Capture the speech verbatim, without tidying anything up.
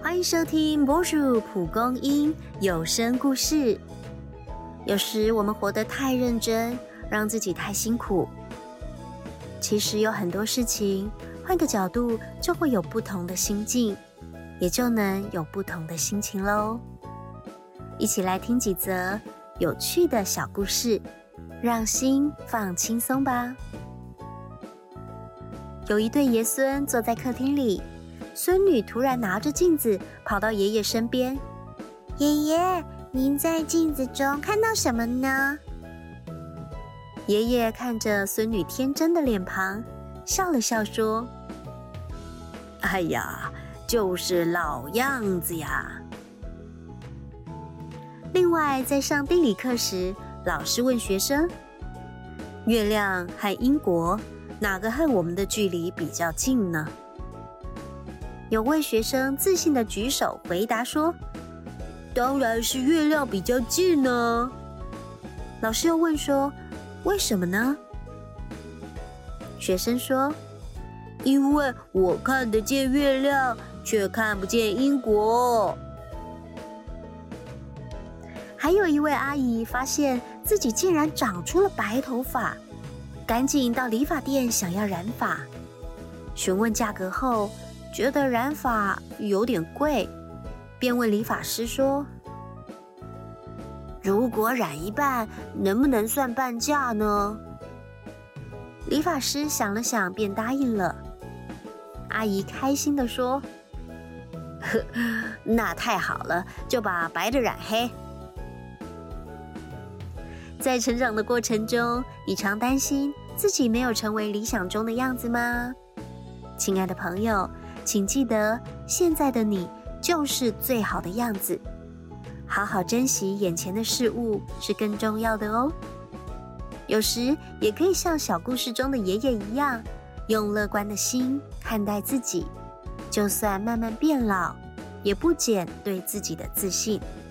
欢迎收听波叔蒲公英有声故事。有时我们活得太认真，让自己太辛苦。其实有很多事情，换个角度就会有不同的心境，也就能有不同的心情咯。一起来听几则有趣的小故事，让心放轻松吧。有一对爷孙坐在客厅里，孙女突然拿着镜子跑到爷爷身边。 爷爷，您在镜子中看到什么呢？ 爷爷看着孙女天真的脸庞，笑了笑说：哎呀，就是老样子呀。另外，在上地理课时，老师问学生：月亮和英国哪个和我们的距离比较近呢？有位学生自信地举手回答说：当然是月亮比较近呢。老师又问说：为什么呢？学生说：因为我看得见月亮，却看不见英国。还有一位阿姨发现自己竟然长出了白头发，赶紧到理发店想要染发。询问价格后，觉得染发有点贵，便问理发师说：如果染一半，能不能算半价呢？理发师想了想，便答应了。阿姨开心地说：呵，那太好了，就把白的染黑。在成长的过程中，你常担心自己没有成为理想中的样子吗？亲爱的朋友，请记得，现在的你就是最好的样子。好好珍惜眼前的事物是更重要的哦。有时也可以像小故事中的爷爷一样，用乐观的心看待自己，就算慢慢变老，也不减对自己的自信。